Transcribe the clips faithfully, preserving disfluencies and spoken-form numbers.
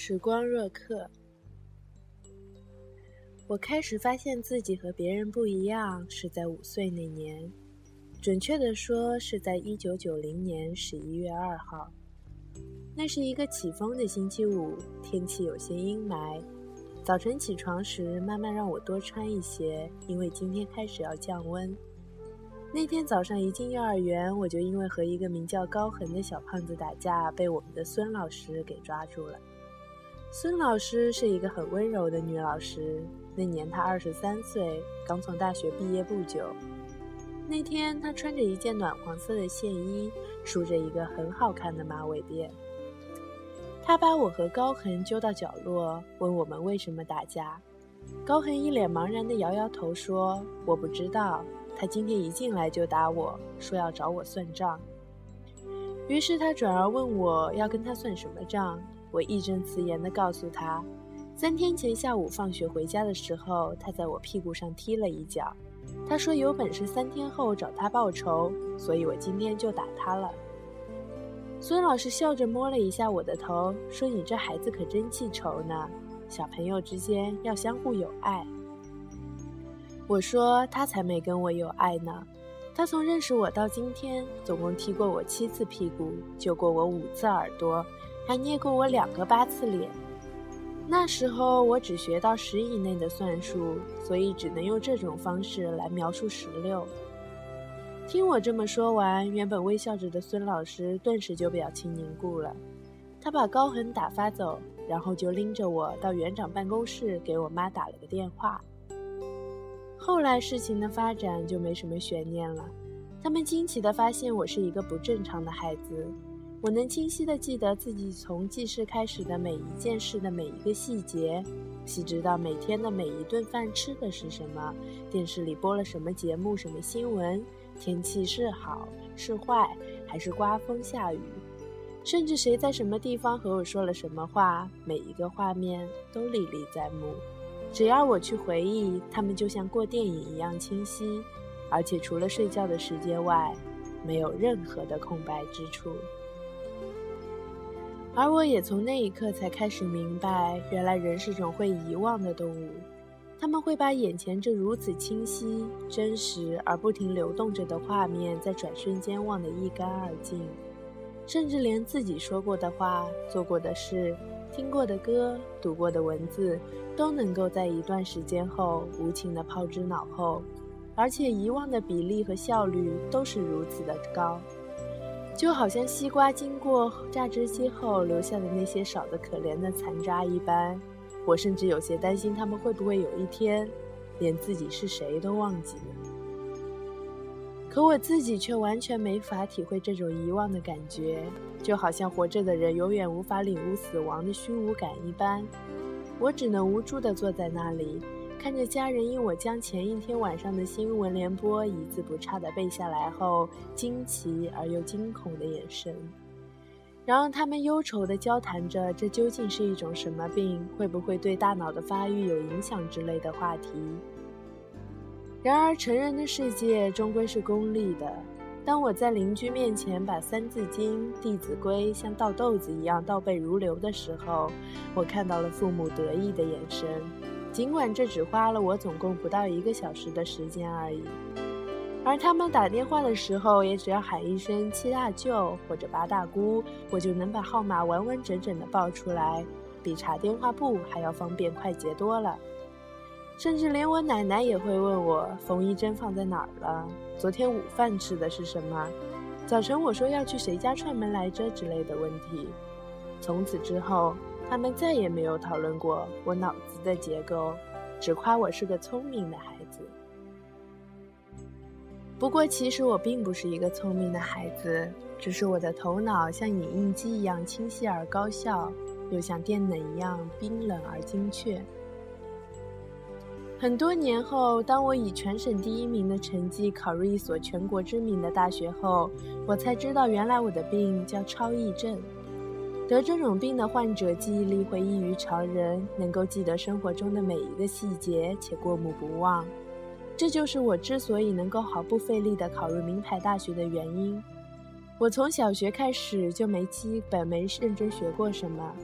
时光若客。我开始发现自己和别人不一样，是在五岁那年，准确地说是在一九九零年十一月二号。那是一个起风的星期五，天气有些阴霾。早晨起床时，妈妈让我多穿一些，因为今天开始要降温。那天早上一进幼儿园，我就因为和一个名叫高恒的小胖子打架，被我们的孙老师给抓住了。孙老师是一个很温柔的女老师，那年她二十三岁，刚从大学毕业不久。那天她穿着一件暖黄色的线衣，梳着一个很好看的马尾辫。她把我和高恒揪到角落，问我们为什么打架。高恒一脸茫然地摇摇头说：“我不知道，他今天一进来就打我，说要找我算账。”于是他转而问我要跟他算什么账。我义正辞严地告诉他，三天前下午放学回家的时候，他在我屁股上踢了一脚。他说有本事三天后找他报仇，所以我今天就打他了。孙老师笑着摸了一下我的头，说：“你这孩子可真记仇呢，小朋友之间要相互有爱。”我说他才没跟我有爱呢，他从认识我到今天，总共踢过我七次屁股，揪过我五次耳朵，还捏过我两个八次脸。那时候我只学到十以内的算术，所以只能用这种方式来描述十六。听我这么说完，原本微笑着的孙老师顿时就表情凝固了。他把高恒打发走，然后就拎着我到园长办公室给我妈打了个电话。后来事情的发展就没什么悬念了。他们惊奇地发现我是一个不正常的孩子。我能清晰地记得自己从记事开始的每一件事的每一个细节，细致到每天的每一顿饭吃的是什么，电视里播了什么节目，什么新闻，天气是好是坏，还是刮风下雨，甚至谁在什么地方和我说了什么话，每一个画面都历历在目。只要我去回忆，他们就像过电影一样清晰，而且除了睡觉的时间外，没有任何的空白之处。而我也从那一刻才开始明白，原来人是种会遗忘的动物。他们会把眼前这如此清晰、真实而不停流动着的画面，在转瞬间忘得一干二净，甚至连自己说过的话、做过的事、听过的歌、读过的文字，都能够在一段时间后无情地抛之脑后，而且遗忘的比例和效率都是如此的高。就好像西瓜经过榨汁机后留下的那些少得可怜的残渣一般，我甚至有些担心他们会不会有一天连自己是谁都忘记了。可我自己却完全没法体会这种遗忘的感觉，就好像活着的人永远无法领悟死亡的虚无感一般。我只能无助地坐在那里，看着家人因我将前一天晚上的新闻联播一字不差地背下来后，惊奇而又惊恐的眼神。然后他们忧愁地交谈着这究竟是一种什么病，会不会对大脑的发育有影响之类的话题。然而成人的世界终归是功利的，当我在邻居面前把三字经、弟子规像倒豆子一样倒背如流的时候，我看到了父母得意的眼神，尽管这只花了我总共不到一个小时的时间而已。而他们打电话的时候，也只要喊一声七大舅或者八大姑，我就能把号码完完整整地报出来，比查电话簿还要方便快捷多了。甚至连我奶奶也会问我缝衣针放在哪儿了，昨天午饭吃的是什么，早晨我说要去谁家串门来着之类的问题。从此之后，他们再也没有讨论过我脑子的结构，只夸我是个聪明的孩子。不过其实我并不是一个聪明的孩子，只是我的头脑像影印机一样清晰而高效，又像电冷一样冰冷而精确。很多年后，当我以全省第一名的成绩考入一所全国知名的大学后，我才知道原来我的病叫超忆症。得这种病的患者记忆力会异于常人，能够记得生活中的每一个细节，且过目不忘。这就是我之所以能够毫不费力地考入名牌大学的原因。我从小学开始就没基本没认真学过什么，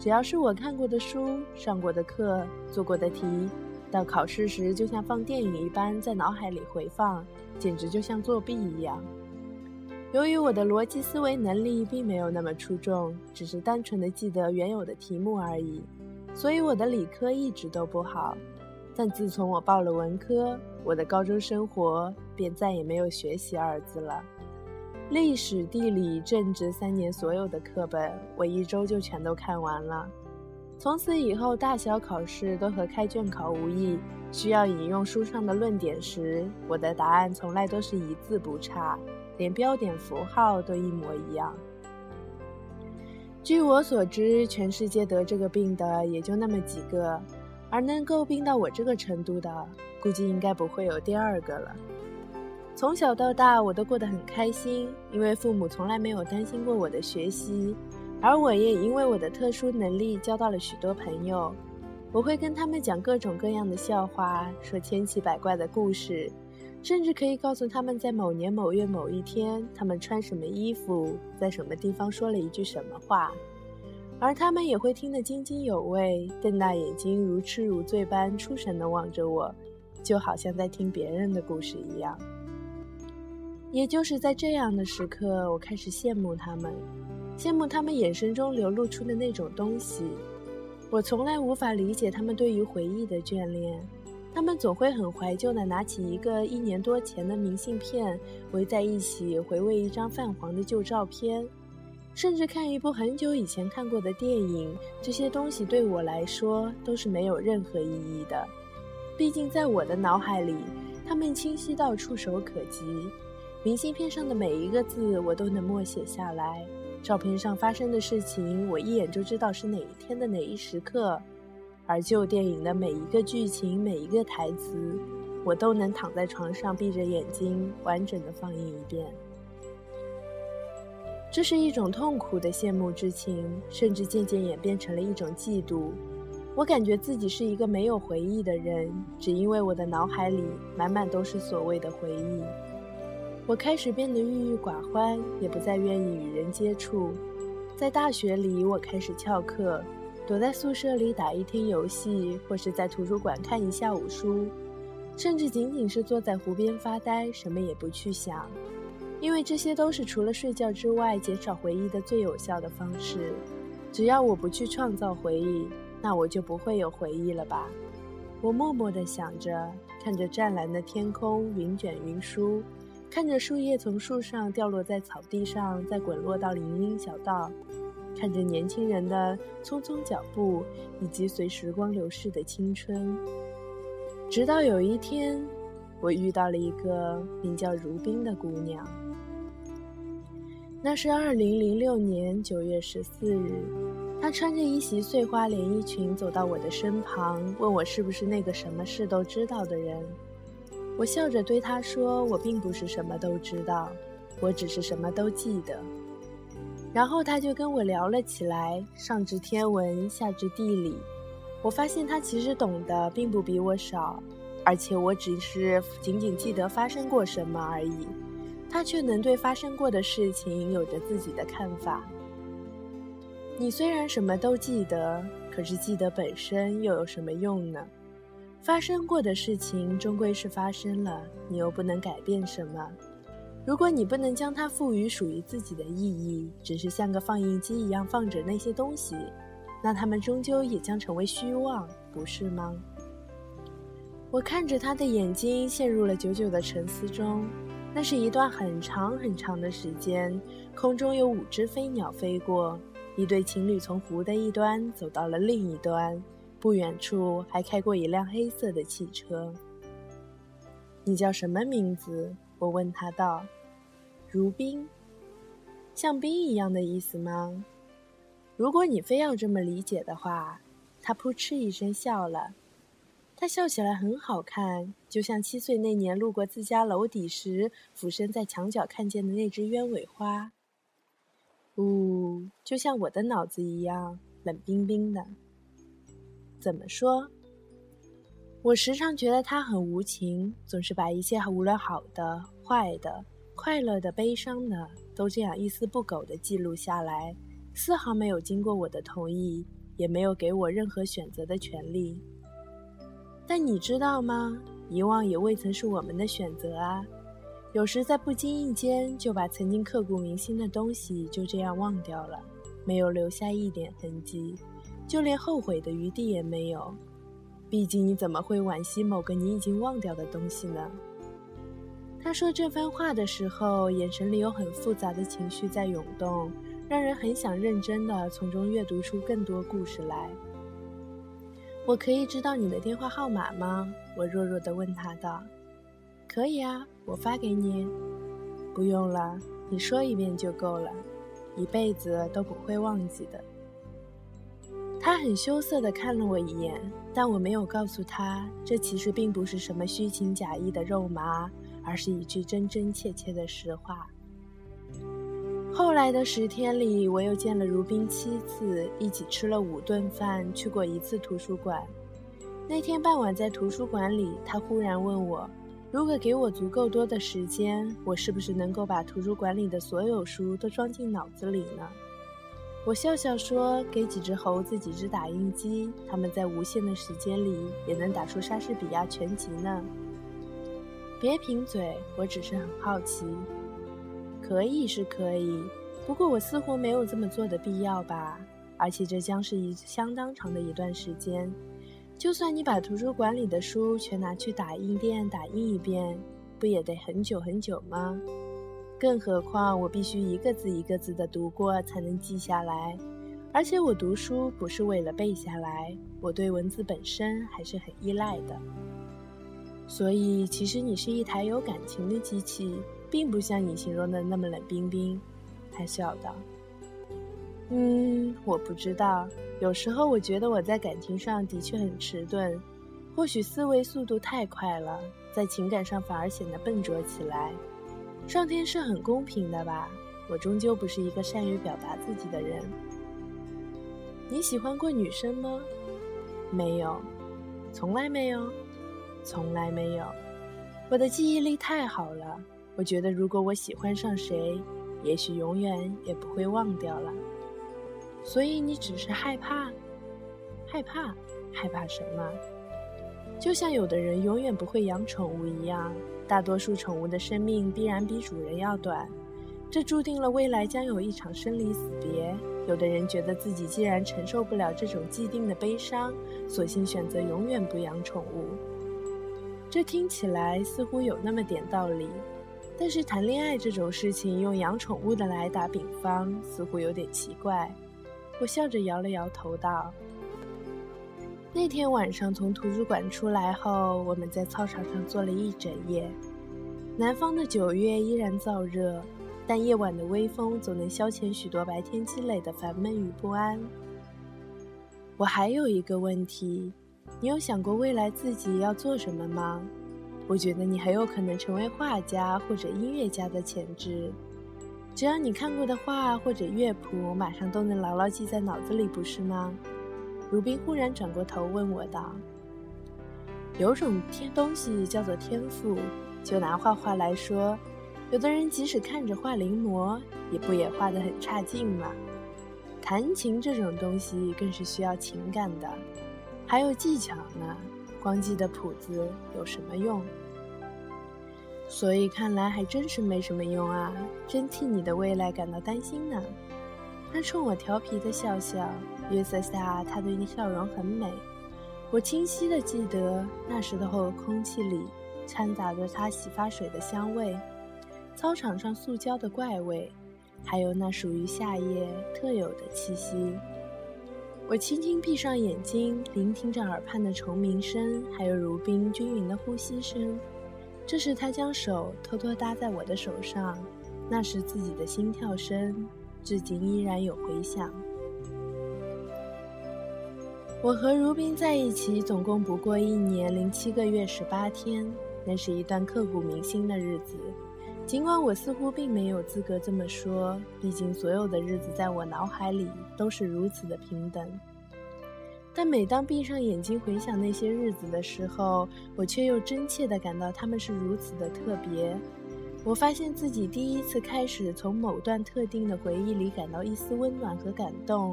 只要是我看过的书、上过的课、做过的题，到考试时就像放电影一般在脑海里回放，简直就像作弊一样。由于我的逻辑思维能力并没有那么出众，只是单纯的记得原有的题目而已，所以我的理科一直都不好。但自从我报了文科，我的高中生活便再也没有学习二字了。历史、地理、政治三年所有的课本，我一周就全都看完了。从此以后，大小考试都和开卷考无异，需要引用书上的论点时，我的答案从来都是一字不差，连标点符号都一模一样。据我所知，全世界得这个病的也就那么几个，而能够病到我这个程度的，估计应该不会有第二个了。从小到大，我都过得很开心，因为父母从来没有担心过我的学习，而我也因为我的特殊能力交到了许多朋友。我会跟他们讲各种各样的笑话，说千奇百怪的故事，甚至可以告诉他们在某年某月某一天，他们穿什么衣服，在什么地方说了一句什么话，而他们也会听得津津有味，瞪大眼睛如痴如醉般出神地望着我，就好像在听别人的故事一样。也就是在这样的时刻，我开始羡慕他们，羡慕他们眼神中流露出的那种东西。我从来无法理解他们对于回忆的眷恋，他们总会很怀旧地拿起一个一年多前的明信片，围在一起回味一张泛黄的旧照片，甚至看一部很久以前看过的电影。这些东西对我来说都是没有任何意义的，毕竟在我的脑海里，它们清晰到触手可及。明信片上的每一个字我都能默写下来，照片上发生的事情我一眼就知道是哪一天的哪一时刻，而旧电影的每一个剧情、每一个台词，我都能躺在床上闭着眼睛完整的放映一遍。这是一种痛苦的羡慕之情，甚至渐渐演变成了一种嫉妒。我感觉自己是一个没有回忆的人，只因为我的脑海里满满都是所谓的回忆。我开始变得郁郁寡欢，也不再愿意与人接触。在大学里，我开始翘课，躲在宿舍里打一天游戏，或是在图书馆看一下午书，甚至仅仅是坐在湖边发呆，什么也不去想。因为这些都是除了睡觉之外减少回忆的最有效的方式。只要我不去创造回忆，那我就不会有回忆了吧。我默默地想着，看着湛蓝的天空，云卷云舒，看着树叶从树上掉落在草地上，再滚落到林荫小道，看着年轻人的匆匆脚步，以及随时光流逝的青春。直到有一天，我遇到了一个名叫如冰的姑娘。那是二零零六年九月十四日，她穿着一袭碎花连衣裙走到我的身旁，问我是不是那个什么事都知道的人。我笑着对她说，我并不是什么都知道，我只是什么都记得。然后她就跟我聊了起来，上至天文，下至地理。我发现她其实懂得并不比我少，而且我只是仅仅记得发生过什么而已，她却能对发生过的事情有着自己的看法。你虽然什么都记得，可是记得本身又有什么用呢？发生过的事情终归是发生了，你又不能改变什么。如果你不能将它赋予属于自己的意义，只是像个放映机一样放着那些东西，那它们终究也将成为虚妄，不是吗？我看着他的眼睛，陷入了久久的沉思中。那是一段很长很长的时间，空中有五只飞鸟飞过，一对情侣从湖的一端走到了另一端，不远处还开过一辆黑色的汽车。你叫什么名字？我问他道。如冰。像冰一样的意思吗？如果你非要这么理解的话。他扑哧一声笑了。他笑起来很好看，就像七岁那年路过自家楼底时俯身在墙角看见的那只鸢尾花。呜，就像我的脑子一样冷冰冰的。怎么说？我时常觉得他很无情，总是把一切无论好的、坏的、快乐的、悲伤的，都这样一丝不苟地记录下来，丝毫没有经过我的同意， 也没有给我任何选择的权利。但你知道吗？遗忘也未曾是我们的选择啊。有时在不经意间就把曾经刻骨铭心的东西就这样忘掉了，没有留下一点痕迹，就连后悔的余地也没有。毕竟你怎么会惋惜某个你已经忘掉的东西呢？他说这番话的时候，眼神里有很复杂的情绪在涌动，让人很想认真地从中阅读出更多故事来。我可以知道你的电话号码吗？我弱弱地问他道。可以啊，我发给你。不用了，你说一遍就够了，一辈子都不会忘记的。他很羞涩地看了我一眼，但我没有告诉他，这其实并不是什么虚情假意的肉麻，而是一句真真切切的实话。后来的十天里，我又见了如冰七次，一起吃了五顿饭，去过一次图书馆。那天傍晚在图书馆里，他忽然问我，如果给我足够多的时间，我是不是能够把图书馆里的所有书都装进脑子里呢？我笑笑说，给几只猴子几只打印机，他们在无限的时间里也能打出莎士比亚全集呢。别贫嘴，我只是很好奇。可以是可以，不过我似乎没有这么做的必要吧，而且这将是一相当长的一段时间。就算你把图书馆里的书全拿去打印店打印一遍，不也得很久很久吗？更何况我必须一个字一个字的读过才能记下来，而且我读书不是为了背下来，我对文字本身还是很依赖的。所以其实你是一台有感情的机器，并不像你形容的那么冷冰冰。他笑道。嗯，我不知道，有时候我觉得我在感情上的确很迟钝，或许思维速度太快了，在情感上反而显得笨拙起来。上天是很公平的吧，我终究不是一个善于表达自己的人。你喜欢过女生吗？没有。从来没有？从来没有。我的记忆力太好了，我觉得如果我喜欢上谁，也许永远也不会忘掉了。所以你只是害怕？害怕？害怕什么？就像有的人永远不会养宠物一样，大多数宠物的生命必然比主人要短，这注定了未来将有一场生离死别。有的人觉得自己既然承受不了这种既定的悲伤，索性选择永远不养宠物。这听起来似乎有那么点道理，但是谈恋爱这种事情用养宠物的来打比方，似乎有点奇怪。我笑着摇了摇头道，那天晚上从图书馆出来后，我们在操场上坐了一整夜。南方的九月依然燥热，但夜晚的微风总能消遣许多白天积累的烦闷与不安。我还有一个问题，你有想过未来自己要做什么吗？我觉得你很有可能成为画家或者音乐家的潜质。只要你看过的画或者乐谱，马上都能牢牢记在脑子里，不是吗？如冰忽然转过头问我道，有种天东西叫做天赋，就拿画画来说，有的人即使看着画临摹，也不也画得很差劲嘛。弹琴这种东西更是需要情感的，还有技巧呢，光记的谱子有什么用？所以看来还真是没什么用啊，真替你的未来感到担心呢。他冲我调皮地笑笑，月色下他的笑容很美。我清晰地记得那时的后空气里掺杂着他洗发水的香味，操场上塑胶的怪味，还有那属于夏夜特有的气息。我轻轻闭上眼睛，聆听着耳畔的虫鸣声，还有如冰均匀的呼吸声。这时他将手偷偷搭在我的手上，那时自己的心跳声至今依然有回响。我和如冰在一起总共不过一年零七个月十八天，那是一段刻骨铭心的日子。尽管我似乎并没有资格这么说，毕竟所有的日子在我脑海里都是如此的平等。但每当闭上眼睛回想那些日子的时候，我却又真切地感到它们是如此的特别。我发现自己第一次开始从某段特定的回忆里感到一丝温暖和感动，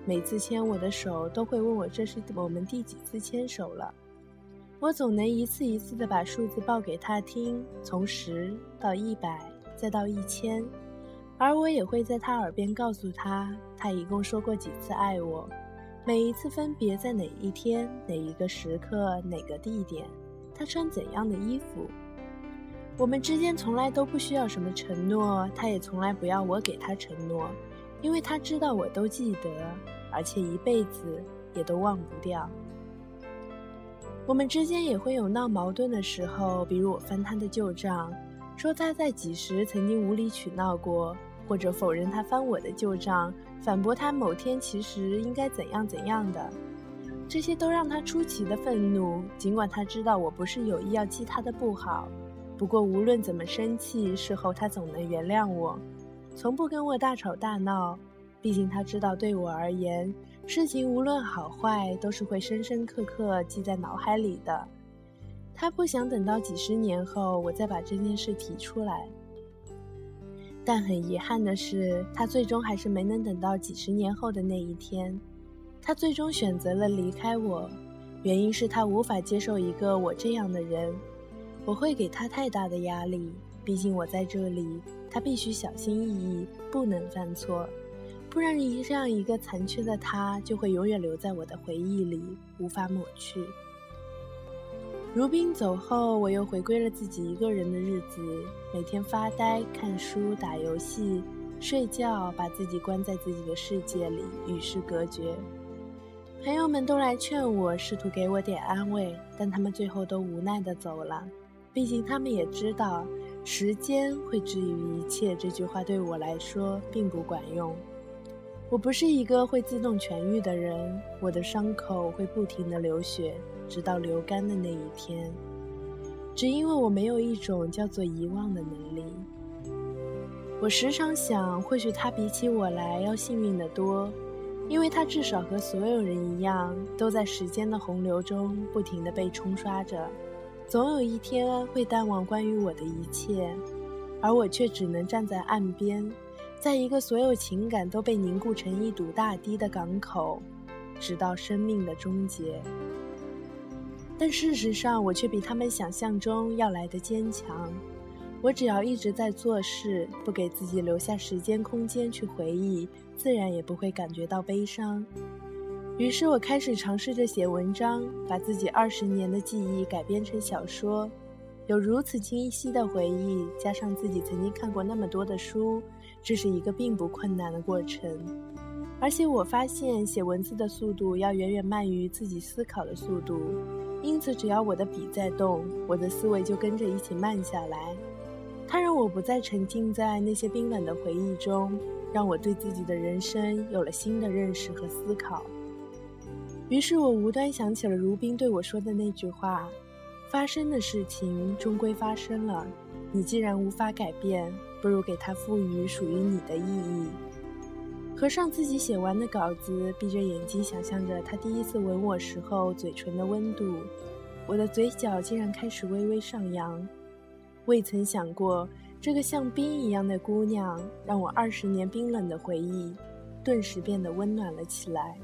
每次牵我的手都会问我这是我们第几次牵手了。我总能一次一次地把数字报给他听，从十到一百，再到一千，而我也会在他耳边告诉他，他一共说过几次爱我，每一次分别在哪一天、哪一个时刻、哪个地点，他穿怎样的衣服。我们之间从来都不需要什么承诺，他也从来不要我给他承诺，因为他知道我都记得，而且一辈子也都忘不掉。我们之间也会有闹矛盾的时候，比如我翻他的旧账，说他在几时曾经无理取闹过，或者否认他翻我的旧账，反驳他某天其实应该怎样怎样的。这些都让他出奇的愤怒，尽管他知道我不是有意要记他的不好，不过无论怎么生气，事后他总能原谅我，从不跟我大吵大闹。毕竟他知道对我而言，事情无论好坏都是会深深刻刻记在脑海里的。他不想等到几十年后我再把这件事提出来，但很遗憾的是，他最终还是没能等到几十年后的那一天。他最终选择了离开我，原因是他无法接受一个我这样的人。我会给他太大的压力，毕竟我在这里，他必须小心翼翼，不能犯错，不然这样一个残缺的他就会永远留在我的回忆里，无法抹去。如冰走后，我又回归了自己一个人的日子，每天发呆、看书、打游戏、睡觉，把自己关在自己的世界里，与世隔绝。朋友们都来劝我，试图给我点安慰，但他们最后都无奈地走了。毕竟他们也知道，时间会治愈一切这句话对我来说并不管用。我不是一个会自动痊愈的人，我的伤口会不停地流血，直到流干的那一天。只因为我没有一种叫做遗忘的能力。我时常想，或许他比起我来要幸运得多，因为他至少和所有人一样，都在时间的洪流中不停地被冲刷着，总有一天会淡忘关于我的一切，而我却只能站在岸边，在一个所有情感都被凝固成一堵大堤的港口，直到生命的终结。但事实上，我却比他们想象中要来得坚强。我只要一直在做事，不给自己留下时间空间去回忆，自然也不会感觉到悲伤。于是我开始尝试着写文章，把自己二十年的记忆改编成小说。有如此清晰的回忆，加上自己曾经看过那么多的书，这是一个并不困难的过程。而且我发现写文字的速度要远远慢于自己思考的速度，因此只要我的笔在动，我的思维就跟着一起慢下来。它让我不再沉浸在那些冰冷的回忆中，让我对自己的人生有了新的认识和思考。于是我无端想起了如冰对我说的那句话，发生的事情终归发生了，你既然无法改变，不如给它赋予属于你的意义。合上自己写完的稿子，闭着眼睛想象着他第一次吻我时候嘴唇的温度，我的嘴角竟然开始微微上扬。未曾想过，这个像冰一样的姑娘，让我二十年冰冷的回忆，顿时变得温暖了起来。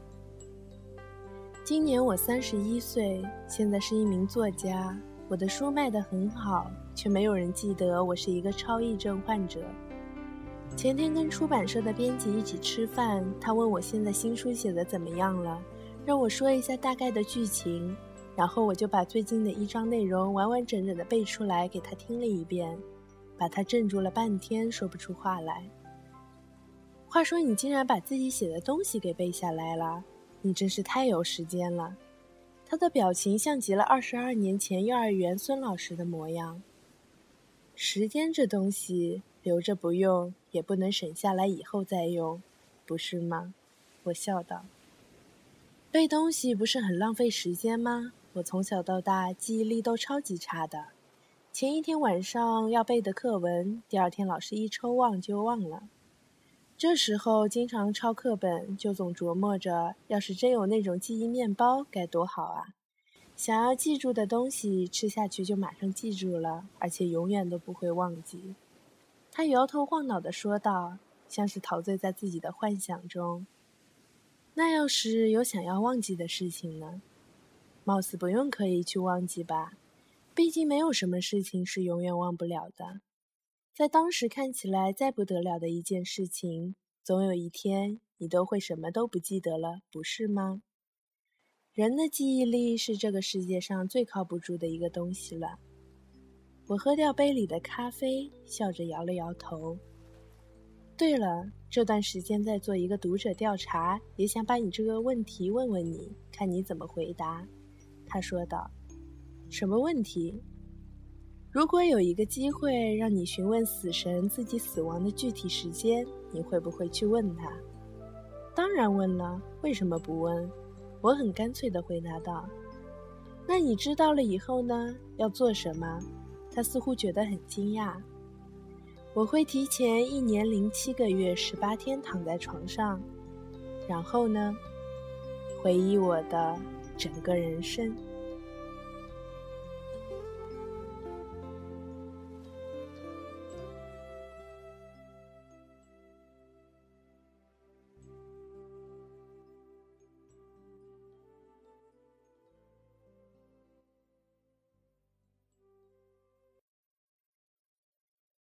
今年我三十一岁，现在是一名作家，我的书卖得很好，却没有人记得我是一个超忆症患者。前天跟出版社的编辑一起吃饭，他问我现在新书写得怎么样了，让我说一下大概的剧情，然后我就把最近的一章内容完完整整的背出来给他听了一遍，把他镇住了半天，说不出话来。话说你竟然把自己写的东西给背下来了，你真是太有时间了。他的表情像极了二十二年前幼儿园孙老师的模样。时间这东西，留着不用，也不能省下来以后再用，不是吗？我笑道。背东西不是很浪费时间吗？我从小到大记忆力都超级差的，前一天晚上要背的课文，第二天老师一抽忘就忘了。这时候经常抄课本，就总琢磨着，要是真有那种记忆面包该多好啊！想要记住的东西，吃下去就马上记住了，而且永远都不会忘记。他摇头晃脑地说道，像是陶醉在自己的幻想中。 那要是有想要忘记的事情呢？貌似不用刻意去忘记吧，毕竟没有什么事情是永远忘不了的。在当时看起来再不得了的一件事情，总有一天你都会什么都不记得了，不是吗？人的记忆力是这个世界上最靠不住的一个东西了。我喝掉杯里的咖啡，笑着摇了摇头。对了，这段时间在做一个读者调查，也想把你这个问题问问你，看你怎么回答。他说道。什么问题？如果有一个机会让你询问死神自己死亡的具体时间，你会不会去问他？当然问了，为什么不问？我很干脆地回答道。那你知道了以后呢？要做什么？他似乎觉得很惊讶。我会提前一年零七个月十八天躺在床上，然后呢？回忆我的整个人生。